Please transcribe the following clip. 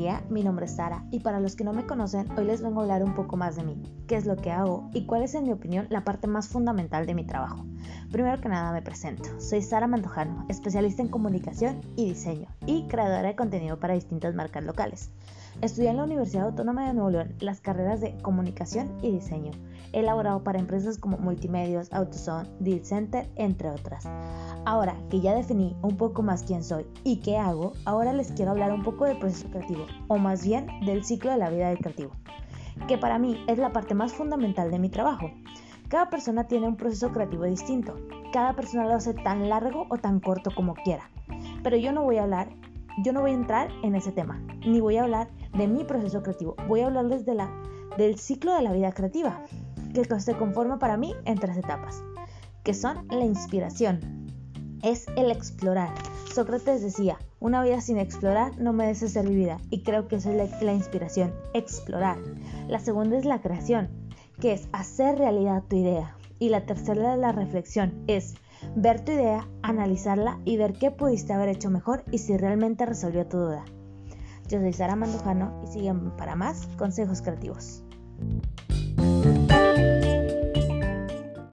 día, mi nombre es Sara y para los que no me conocen, hoy les vengo a hablar un poco más de mí, qué es lo que hago y cuál es en mi opinión la parte más fundamental de mi trabajo. Primero que nada me presento, soy Sara Mandujano, especialista en comunicación y diseño y creadora de contenido para distintas marcas locales. Estudié en la Universidad Autónoma de Nuevo León las carreras de comunicación y diseño. He elaborado para empresas como Multimedios, AutoZone, Deal Center, entre otras. Ahora que ya definí un poco más quién soy y qué hago, ahora les quiero hablar un poco del proceso creativo, o más bien del ciclo de la vida del creativo, que para mí es la parte más fundamental de mi trabajo. Cada persona tiene un proceso creativo distinto, cada persona lo hace tan largo o tan corto como quiera, pero yo no voy a entrar en ese tema, ni voy a hablar de mi proceso creativo, voy a hablarles del ciclo de la vida creativa, que se conforma para mí en 3 etapas, que son la inspiración, es el explorar. Sócrates decía, una vida sin explorar no merece ser vivida, y creo que eso es la inspiración, explorar. La segunda es la creación, que es hacer realidad tu idea, y la tercera es la reflexión, es ver tu idea, analizarla y ver qué pudiste haber hecho mejor y si realmente resolvió tu duda. Yo soy Sara Mandujano y siguen para más consejos creativos.